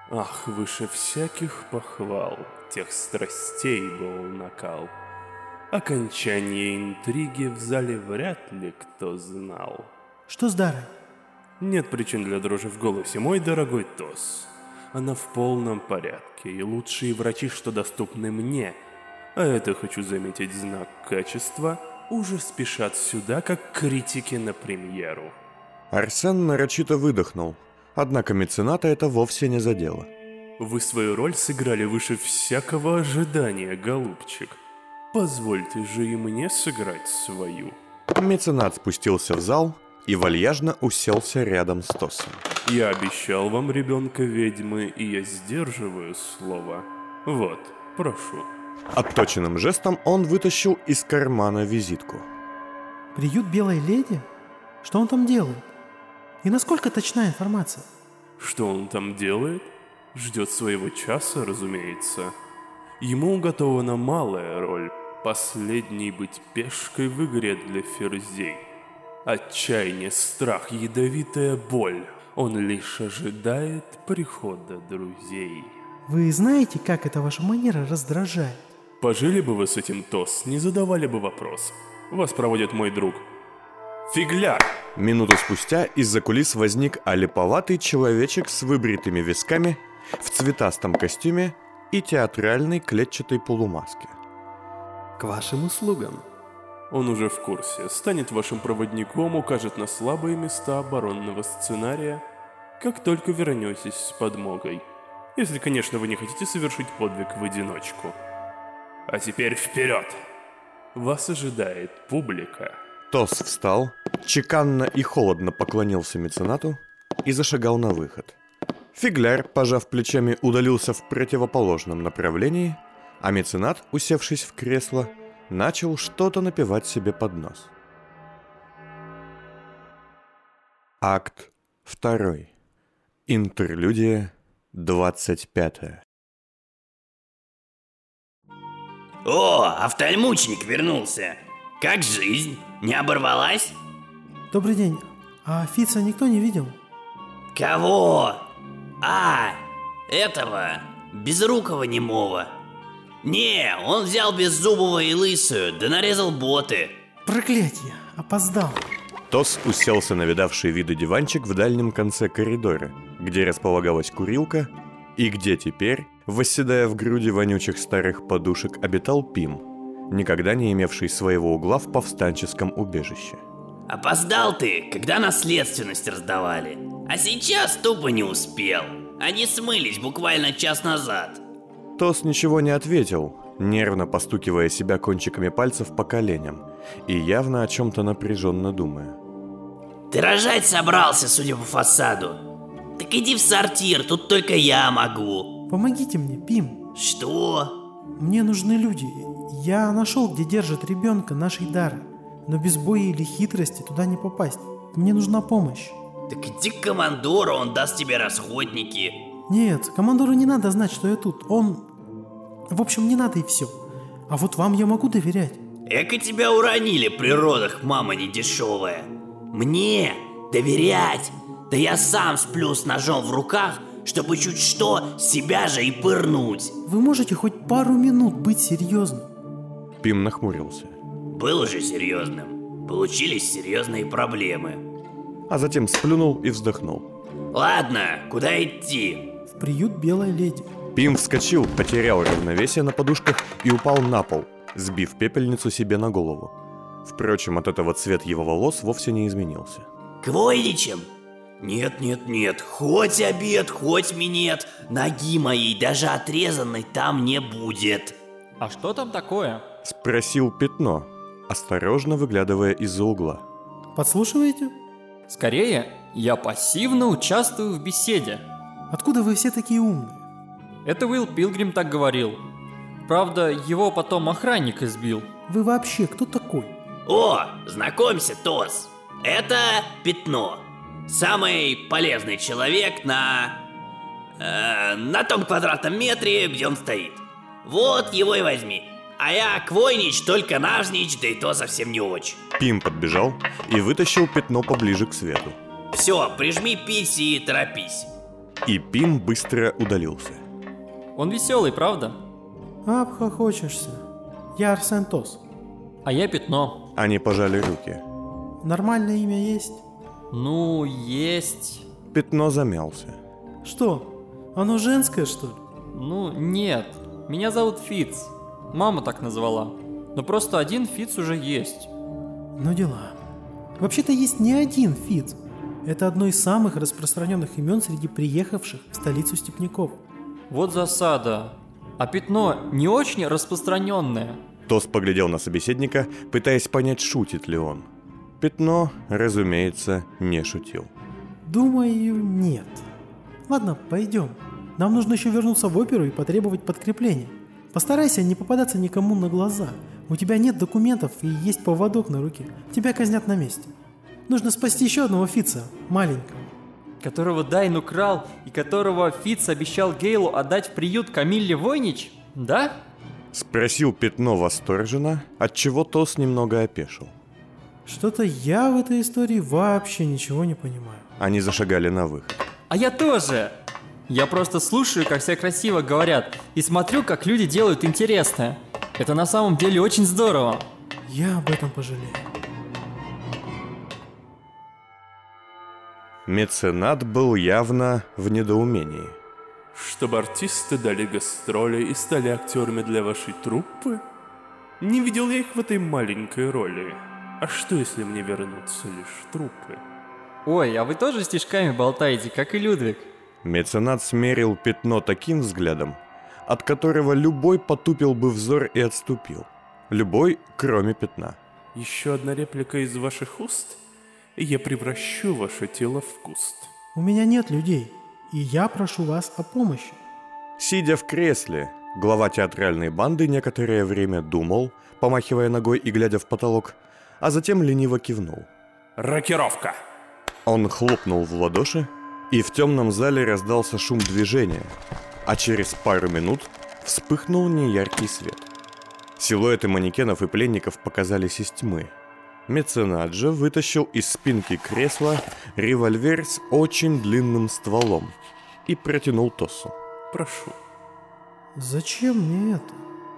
Ах, выше всяких похвал, тех страстей был накал. Окончание интриги в зале вряд ли кто знал. Что с Дарой? Нет причин для дрожи в голосе, мой дорогой Тос. Она в полном порядке, и лучшие врачи, что доступны мне, а это, хочу заметить, знак качества, уже спешат сюда, как критики на премьеру. Арсен нарочито выдохнул, однако мецената это вовсе не задело. Вы свою роль сыграли выше всякого ожидания, голубчик. Позвольте же и мне сыграть свою. Меценат спустился в зал и вальяжно уселся рядом с Тосом. Я обещал вам ребенка ведьмы, и я сдерживаю слово. Вот, прошу. Отточенным жестом он вытащил из кармана визитку. Приют Белой Леди? Что он там делает? И насколько точна информация? Что он там делает? Ждет своего часа, разумеется. Ему уготована малая роль, последней быть пешкой в игре для ферзей. Отчаяние, страх, ядовитая боль. Он лишь ожидает прихода друзей. Вы знаете, как эта ваша манера раздражает? Пожили бы вы с этим, Тос, не задавали бы вопрос. Вас проводит мой друг. Фигляр! Минуту спустя из-за кулис возник олиповатый человечек с выбритыми висками, в цветастом костюме и театральной клетчатой полумаске. К вашим услугам. Он уже в курсе, станет вашим проводником, укажет на слабые места оборонного сценария, как только вернетесь с подмогой. Если, конечно, вы не хотите совершить подвиг в одиночку. А теперь вперед! Вас ожидает публика. Тос встал, чеканно и холодно поклонился меценату и зашагал на выход. Фигляр, пожав плечами, удалился в противоположном направлении, а меценат, усевшись в кресло, начал что-то напевать себе под нос. Акт 2. Интерлюдия 25. О, офтальмучник вернулся. Как жизнь? Не оборвалась? Добрый день. А Фица никто не видел? Кого? А, этого, безрукого немого. Не, он взял беззубого и лысую, да нарезал боты. Проклятье, опоздал. Тос уселся на видавший виды диванчик в дальнем конце коридора, где располагалась курилка, и где теперь, восседая в груди вонючих старых подушек, обитал Пим, никогда не имевший своего угла в повстанческом убежище. Опоздал ты, когда наследственность раздавали. А сейчас тупо не успел. Они смылись буквально час назад. Тос ничего не ответил, нервно постукивая себя кончиками пальцев по коленям и явно о чем-то напряженно думая. Ты рожать собрался, судя по фасаду. Так иди в сортир, тут только я могу. Помогите мне, Пим. Что? Мне нужны люди. Я нашел, где держат ребенка нашей Дары, но без боя или хитрости туда не попасть. Мне нужна помощь. Так иди к командору, он даст тебе расходники. Нет, командору не надо знать, что я тут. Он... В общем, не надо и все. А вот вам я могу доверять. Эко тебя уронили при родах, мама недешевая. Мне доверять? Да я сам сплю с ножом в руках, чтобы чуть что себя же и пырнуть. Вы можете хоть пару минут быть серьезным? Пим нахмурился. Был уже серьезным. Получились серьезные проблемы. А затем сплюнул и вздохнул. Ладно, куда идти? В приют Белой Леди. Пим вскочил, потерял равновесие на подушках и упал на пол, сбив пепельницу себе на голову. Впрочем, от этого цвет его волос вовсе не изменился. К Войничам? Нет, хоть обед, хоть минет, ноги моей даже отрезанной там не будет. А что там такое? Спросил Пятно, осторожно выглядывая из-за угла. Подслушиваете? Скорее, я пассивно участвую в беседе. Откуда вы все такие умные? Это Уилл Пилгрим так говорил. Правда, его потом охранник избил. Вы вообще кто такой? О, знакомься, Тос. Это Пятно. Самый полезный человек на том квадратном метре, где он стоит. Вот его и возьми. А я Квойнич, только Нажнич, да и то совсем не очень. Пим подбежал и вытащил Пятно поближе к свету. Все, прижми пись и торопись. И Пим быстро удалился. Он веселый, правда? Обхохочешься. Я Арсен Тос. А я Пятно. Они пожали руки. Нормальное имя есть? Ну, есть. Пятно замялся. Что? Оно женское, что ли? Ну, нет. Меня зовут Фиц. Мама так назвала. Но просто один Фиц уже есть. Ну дела. Вообще-то есть не один Фиц. Это одно из самых распространенных имен среди приехавших в столицу степняков. Вот засада. А Пятно не очень распространенное. Тос поглядел на собеседника, пытаясь понять, шутит ли он. Пятно, разумеется, не шутил. Думаю, нет. Ладно, пойдем. Нам нужно еще вернуться в оперу и потребовать подкрепления. Постарайся не попадаться никому на глаза. У тебя нет документов и есть поводок на руке. Тебя казнят на месте. Нужно спасти еще одного Фица, маленького. Которого Дайн украл и которого Фиц обещал Гейлу отдать в приют Камилле Войнич? Да? Спросил Пятно восторженно, отчего Тос немного опешил. Что-то я в этой истории вообще ничего не понимаю. Они зашагали на выход. А я тоже! Я просто слушаю, как все красиво говорят, и смотрю, как люди делают интересное. Это на самом деле очень здорово. Я об этом пожалею. Меценат был явно в недоумении. Чтобы артисты дали гастроли и стали актерами для вашей труппы? Не видел я их в этой маленькой роли. А что, если мне вернутся лишь трупы? Ой, а вы тоже стишками болтаете, как и Людвиг? Меценат смерил Пятно таким взглядом, от которого любой потупил бы взор и отступил. Любой, кроме Пятна. Еще одна реплика из ваших уст, и я превращу ваше тело в куст. У меня нет людей, и я прошу вас о помощи. Сидя в кресле, глава театральной банды некоторое время думал, помахивая ногой и глядя в потолок, а затем лениво кивнул. Рокировка! Он хлопнул в ладоши, и в темном зале раздался шум движения, а через пару минут вспыхнул неяркий свет. Силуэты манекенов и пленников показались из тьмы. Меценат же вытащил из спинки кресла револьвер с очень длинным стволом и протянул Тосу. Прошу, Зачем мне это?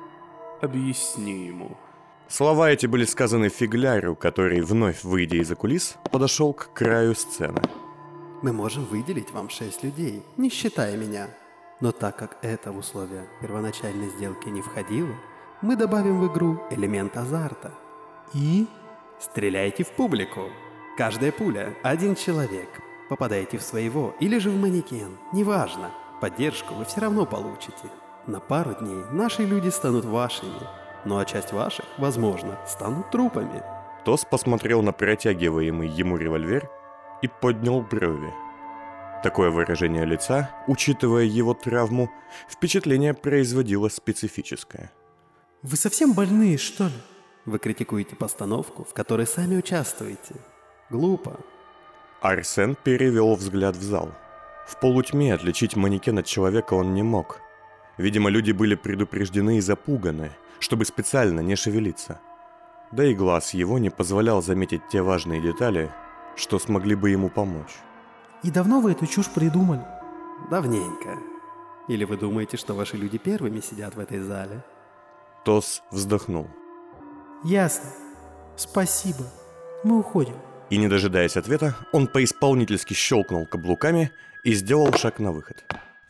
объясни ему. Слова эти были сказаны Фигляру, который, вновь выйдя из-за кулис, подошел к краю сцены. Мы можем выделить вам 6 людей, не считая меня. Но так как это в условия первоначальной сделки не входило, мы добавим в игру элемент азарта. И? Стреляйте в публику. Каждая пуля – один человек. Попадаете в своего или же в манекен, неважно. Поддержку вы все равно получите. На пару дней наши люди станут вашими. Ну а часть ваших, возможно, станут трупами. Тос посмотрел на протягиваемый ему револьвер и поднял брови. Такое выражение лица, учитывая его травму, впечатление производило специфическое. Вы совсем больные, что ли? Вы критикуете постановку, в которой сами участвуете. Глупо. Арсен перевел взгляд в зал. В полутьме отличить манекен от человека он не мог. Видимо, люди были предупреждены и запуганы, чтобы специально не шевелиться. Да и глаз его не позволял заметить те важные детали, что смогли бы ему помочь. И давно вы эту чушь придумали? Давненько. Или вы думаете, что ваши люди первыми сидят в этой зале? Тос вздохнул. Ясно. Спасибо. Мы уходим. И, не дожидаясь ответа, он поисполнительски щелкнул каблуками и сделал шаг на выход.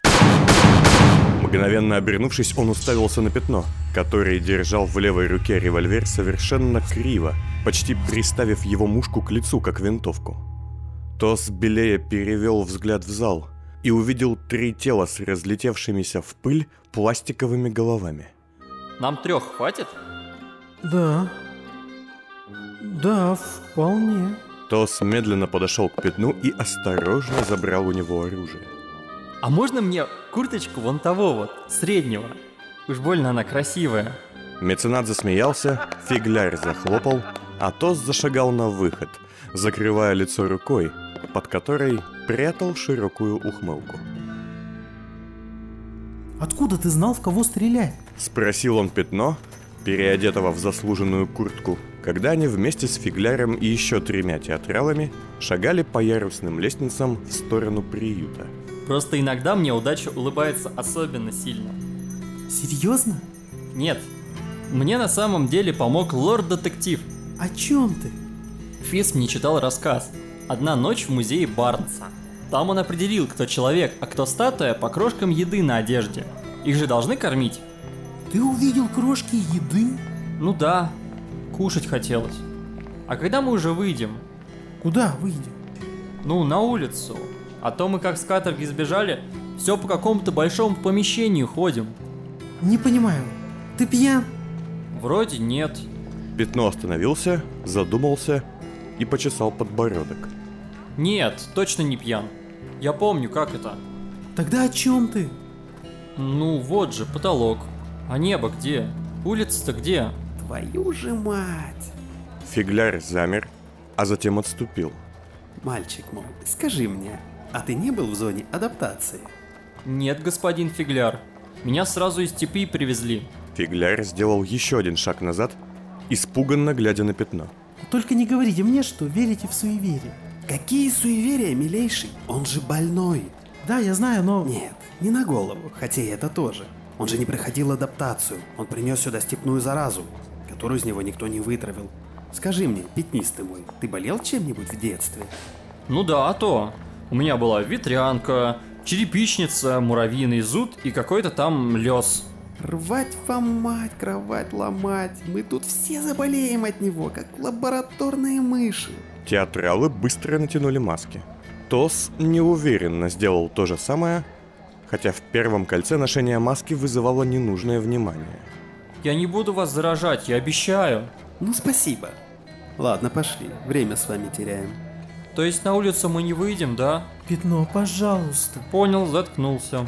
Мгновенно обернувшись, он уставился на Пятно, который держал в левой руке револьвер совершенно криво, почти приставив его мушку к лицу, как винтовку. Тос белее перевел взгляд в зал и увидел 3 тела с разлетевшимися в пыль пластиковыми головами. Нам 3 хватит? Да. Да, вполне. Тос медленно подошел к Пятну и осторожно забрал у него оружие. А можно мне курточку вон того вот, среднего? Уж больно она красивая. Меценат засмеялся, Фигляр захлопал, а Тос зашагал на выход, закрывая лицо рукой, под которой прятал широкую ухмылку. Откуда ты знал, в кого стрелять? Спросил он Пятно, переодетого в заслуженную куртку, когда они вместе с Фигляром и еще 3 театралами шагали по ярусным лестницам в сторону приюта. Просто иногда мне удача улыбается особенно сильно. Серьезно? Нет, мне на самом деле помог лорд-детектив. О чем ты? Физ мне читал рассказ «Одна ночь в музее Барнса». Там он определил, кто человек, а кто статуя по крошкам еды на одежде. Их же должны кормить. Ты увидел крошки еды? Ну да, кушать хотелось. А когда мы уже выйдем? Куда выйдем? Ну, на улицу. А то мы как с каторги сбежали, все по какому-то большому помещению ходим. Не понимаю, ты пьян? Вроде нет. Пятно остановился, задумался и почесал подбородок. Нет, точно не пьян. Я помню, как это. Тогда о чем ты? Ну, вот же, потолок. А небо где? Улица-то где? Твою же мать! Фигляр замер, а затем отступил. Мальчик мой, скажи мне, а ты не был в зоне адаптации? Нет, господин Фигляр. Меня сразу из степи привезли. Фигляр сделал еще один шаг назад, испуганно глядя на Пятно. Только не говорите мне, что верите в суеверие. Какие суеверия, милейший? Он же больной. Да, я знаю, но... Нет, не на голову, хотя и это тоже. Он же не проходил адаптацию. Он принес сюда степную заразу, которую из него никто не вытравил. Скажи мне, пятнистый мой, ты болел чем-нибудь в детстве? Ну да, а то. У меня была ветрянка, черепичница, муравьиный зуд и какой-то там лёс. Рвать вам мать, кровать ломать. Мы тут все заболеем от него, как лабораторные мыши. Театралы быстро натянули маски. Тос неуверенно сделал то же самое, хотя в первом кольце ношение маски вызывало ненужное внимание. Я не буду вас заражать, я обещаю. Ну спасибо. Ладно, пошли, время с вами теряем. То есть на улицу мы не выйдем, да? Пятно, пожалуйста. Понял, заткнулся.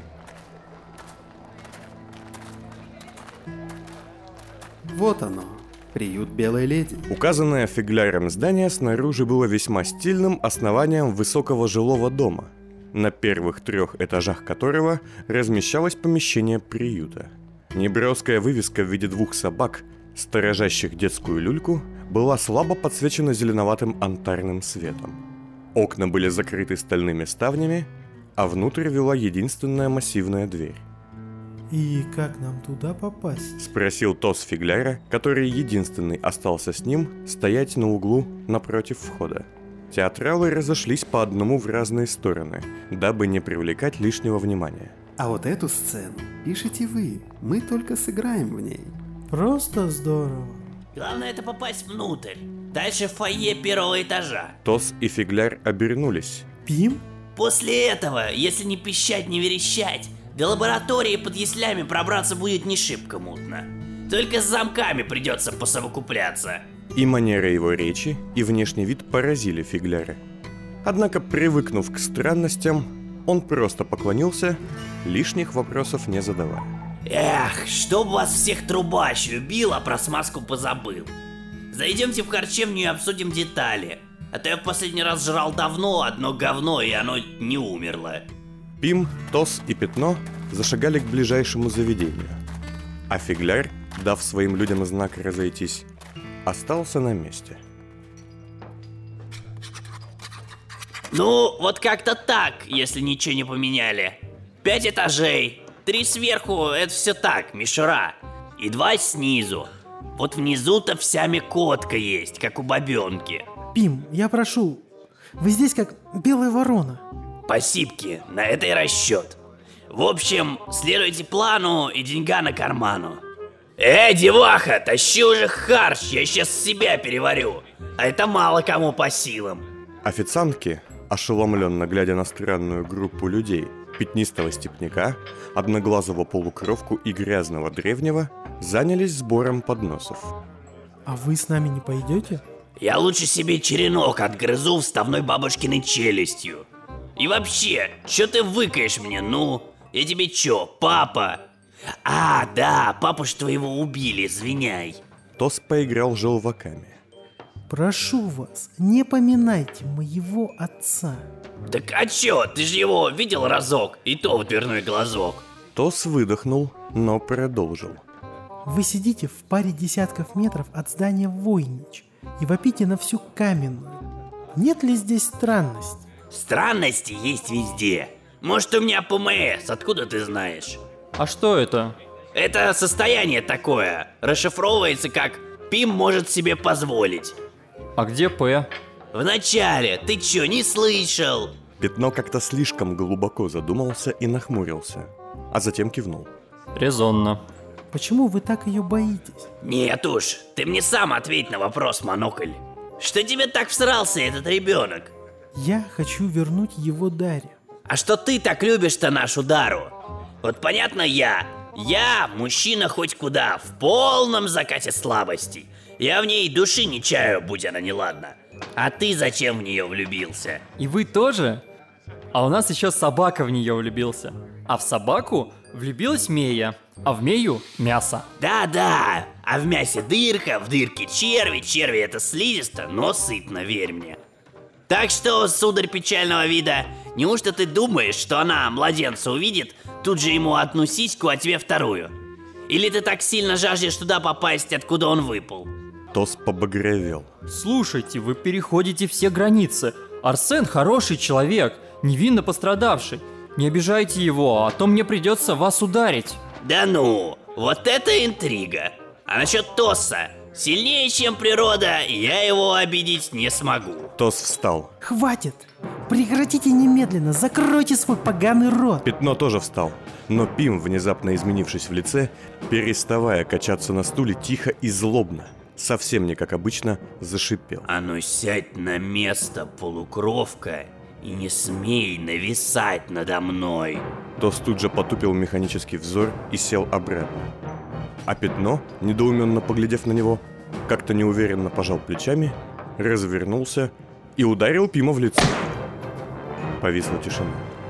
Вот оно, приют Белой Леди. Указанное Фигляром здание снаружи было весьма стильным основанием высокого жилого дома, на первых 3 этажах которого размещалось помещение приюта. Неброская вывеска в виде 2 собак, сторожащих детскую люльку, была слабо подсвечена зеленоватым антарным светом. Окна были закрыты стальными ставнями, а внутрь вела единственная массивная дверь. И как нам туда попасть? Спросил Тос Фигляра, который единственный остался с ним стоять на углу напротив входа. Театралы разошлись по одному в разные стороны, дабы не привлекать лишнего внимания. А вот эту сцену пишите вы, мы только сыграем в ней. Просто здорово. Главное это попасть внутрь. Дальше фойе 1-го этажа. Тос и Фигляр обернулись. Пим? После этого, если не пищать, не верещать, до лаборатории под яслями пробраться будет не шибко мутно. Только с замками придется посовокупляться. И манера его речи, и внешний вид поразили Фигляра. Однако, привыкнув к странностям, он просто поклонился, лишних вопросов не задавая. Эх, чтоб вас всех трубач убил, а про смазку позабыл. Зайдемте в харчевню и обсудим детали. А то я в последний раз жрал давно одно говно, и оно не умерло. Пим, Тос и Пятно зашагали к ближайшему заведению, а Фигляр, дав своим людям знак разойтись, остался на месте. Ну, вот как-то так, если ничего не поменяли. 5 этажей, 3 сверху, это все так, мишура. И 2 снизу. Вот внизу-то вся мекотка есть, как у бабенки. Пим, я прошу, вы здесь как белая ворона. Спасибки, на это и расчет. В общем, следуйте плану и деньга на карману. Деваха, тащи уже харч, я сейчас себя переварю. А это мало кому по силам. Официантки, ошеломленно глядя на странную группу людей, пятнистого степняка, одноглазого полукровку и грязного древнего, занялись сбором подносов. А вы с нами не пойдете? Я лучше себе черенок отгрызу вставной бабушкиной челюстью. И вообще, чё ты выкаешь мне, ну? Я тебе чё, папа? А, да, папу ж твоего убили, извиняй. Тос поиграл желваками. Прошу вас, не поминайте моего отца. Так а чё, ты же его видел разок, и то в дверной глазок. Тос выдохнул, но продолжил. Вы сидите в паре десятков метров от здания Войнич и вопите на всю каменную. Нет ли здесь странностей? Странности есть везде. Может, у меня ПМС, откуда ты знаешь? А что это? Это состояние такое. Расшифровывается как «Пим может себе позволить». А где П? Вначале, ты чё, не слышал? Пятно как-то слишком глубоко задумался и нахмурился, а затем кивнул. Резонно. Почему вы так ее боитесь? Нет уж, ты мне сам ответь на вопрос, Монокль. Что тебе так всрался этот ребенок? Я хочу вернуть его Дарье. А что ты так любишь-то нашу Дару? Вот понятно я мужчина хоть куда, в полном закате слабостей. Я в ней души не чаю, будь она неладна. А ты зачем в нее влюбился? И вы тоже? А у нас еще собака в нее влюбился. А в собаку влюбилась Мея. А в Мею мясо. Да-да, а в мясе дырка, в дырке черви это слизисто, но сытно, верь мне. Так что, сударь печального вида, неужто ты думаешь, что она младенца увидит, тут же ему одну сиську, а тебе вторую? Или ты так сильно жаждешь туда попасть, откуда он выпал? Тос побагровел. Слушайте, вы переходите все границы. Арсен хороший человек, невинно пострадавший. Не обижайте его, а то мне придется вас ударить. Да ну, вот это интрига. А насчет Тоса, сильнее, чем природа, я его обидеть не смогу. Тос встал. Хватит! Прекратите немедленно, закройте свой поганый рот! Пятно тоже встал. Но Пим, внезапно изменившись в лице, переставая качаться на стуле, тихо и злобно, совсем не как обычно, зашипел. А ну сядь на место, полукровка, и не смей нависать надо мной. Тос тут же потупил механический взор и сел обратно. А Пятно, недоуменно поглядев на него, как-то неуверенно пожал плечами, развернулся и ударил Пима в лицо. Повисла тишина.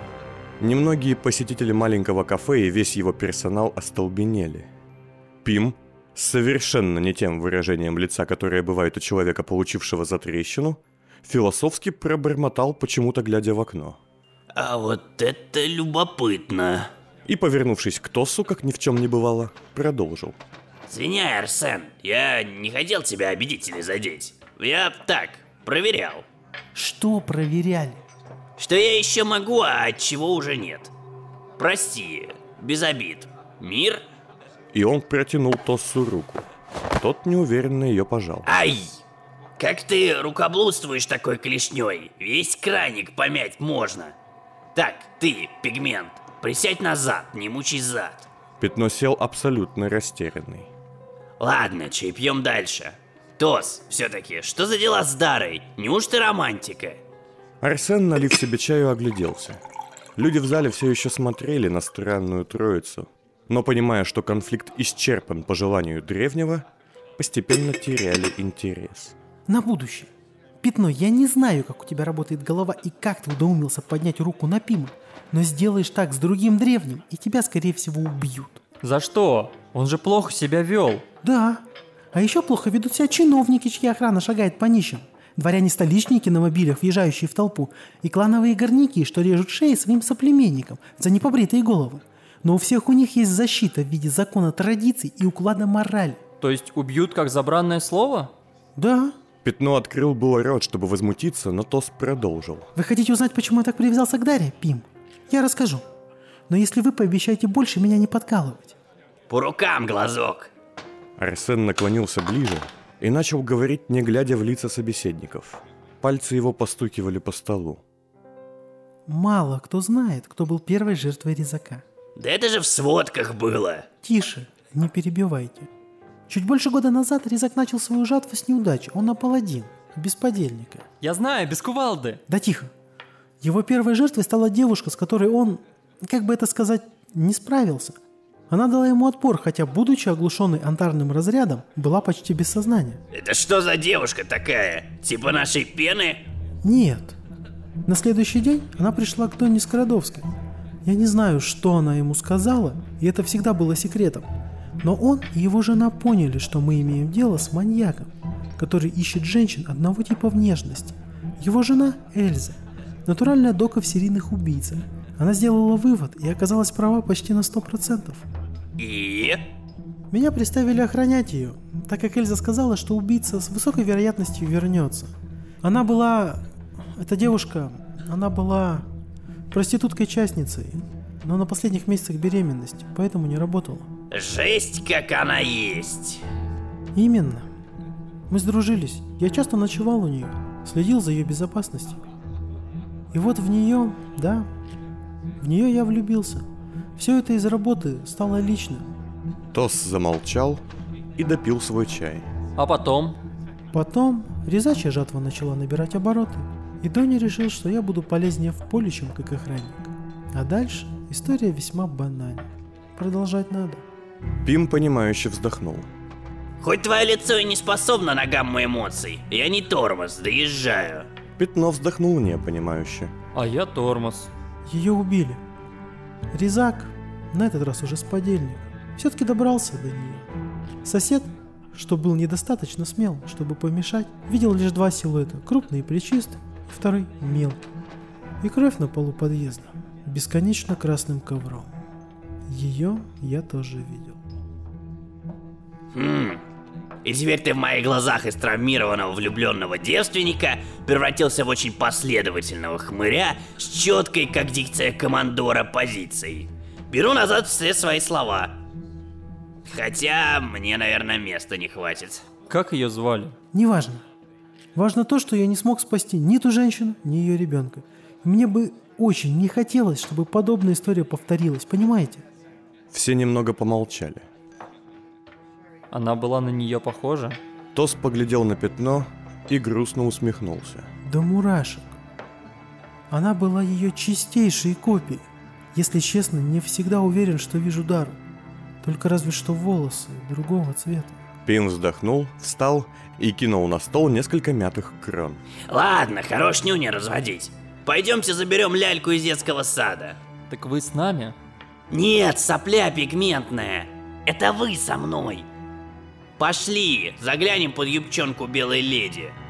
Немногие посетители маленького кафе и весь его персонал остолбенели. Пим, с совершенно не тем выражением лица, которое бывает у человека, получившего затрещину, философски пробормотал, почему-то глядя в окно. А вот это любопытно. И, повернувшись к Тосу, как ни в чем не бывало, продолжил. Извиняй, Арсен, я не хотел тебя обидеть или задеть. Я так, проверял. Что проверяли? Что я еще могу, а чего уже нет. Прости, без обид. Мир? И он протянул Тоссу руку. Тот неуверенно ее пожал. Ай! Как ты рукоблудствуешь такой клешней? Весь краник помять можно. Так, ты, пигмент, присядь назад, не мучай зад. Пятно сел абсолютно растерянный. Ладно, чай пьем дальше. Тос, все-таки, что за дела с Дарой? Неужто романтика? Арсен, налив себе чаю, огляделся. Люди в зале все еще смотрели на странную троицу, но, понимая, что конфликт исчерпан по желанию древнего, постепенно теряли интерес. На будущее. Пятно, я не знаю, как у тебя работает голова и как ты удоумился поднять руку на Пима, но сделаешь так с другим древним, и тебя, скорее всего, убьют. За что? Он же плохо себя вел. Да. А еще плохо ведут себя чиновники, чья охрана шагает по нищим. Дворяне-столичники на мобилях, въезжающие в толпу, и клановые горняки, что режут шеи своим соплеменникам за непобритые головы. Но у всех у них есть защита в виде закона традиций и уклада морали. То есть убьют как за бранное слово? Да. Пятно открыл было рот, чтобы возмутиться, но Тос продолжил. Вы хотите узнать, почему я так привязался к Дарье, Пим? Я расскажу. Но если вы пообещаете больше меня не подкалывать. По рукам, глазок. Арсен наклонился ближе и начал говорить, не глядя в лица собеседников. Пальцы его постукивали по столу. Мало кто знает, кто был первой жертвой резака. Да это же в сводках было. Тише, не перебивайте. Чуть больше года назад резак начал свою жатву с неудачи. Он напал один, без подельника. Я знаю, без кувалды. Да тихо. Его первой жертвой стала девушка, с которой он, как бы это сказать, не справился. Она дала ему отпор, хотя, будучи оглушенной антарным разрядом, была почти без сознания. Это что за девушка такая? Типа нашей Пены? Нет. На следующий день она пришла к Донне Скородовской. Я не знаю, что она ему сказала, и это всегда было секретом. Но он и его жена поняли, что мы имеем дело с маньяком, который ищет женщин одного типа внешности. Его жена Эльза, натуральная дока в серийных убийцах. Она сделала вывод и оказалась права почти на 100%. И? Меня приставили охранять ее, так как Эльза сказала, что убийца с высокой вероятностью вернется. Эта девушка, она была проституткой-частницей, но на последних месяцах беременности, поэтому не работала. Жесть, как она есть. Именно. Мы сдружились, я часто ночевал у нее, следил за ее безопасностью. И вот в нее, да, в нее я влюбился. Все это из работы стало личным. Тос замолчал и допил свой чай. А потом? Потом резачья жатва начала набирать обороты, и Дони решил, что я буду полезнее в поле, чем как охранник. А дальше история весьма банальна. Продолжать надо. Пим, понимающе вздохнул. Хоть твое лицо и не способно на гамму эмоций, я не тормоз, доезжаю. Пятно вздохнул непонимающе. А я тормоз. Ее убили. Резак, на этот раз уже с подельником, все-таки добрался до нее. Сосед, что был недостаточно смел, чтобы помешать, видел лишь два силуэта, крупный и плечистый, и второй мелкий. И кровь на полу подъезда, бесконечно красным ковром. Ее я тоже видел. И теперь ты в моих глазах из травмированного влюбленного девственника превратился в очень последовательного хмыря с четкой, как дикция командора, позицией. Беру назад все свои слова. Хотя мне, наверное, места не хватит. Как ее звали? Неважно. Важно то, что я не смог спасти ни ту женщину, ни ее ребенка. И мне бы очень не хотелось, чтобы подобная история повторилась, понимаете? Все немного помолчали. Она была на нее похожа? Тос поглядел на Пятно и грустно усмехнулся. До мурашек. Она была ее чистейшей копией. Если честно, не всегда уверен, что вижу Дару. Только разве что волосы другого цвета. Пим вздохнул, встал и кинул на стол несколько мятых крон. Ладно, хорош нюни разводить. Пойдемте заберем ляльку из детского сада. Так вы с нами? Нет, сопля пигментная. Это вы со мной. Пошли, заглянем под юбчонку белой леди.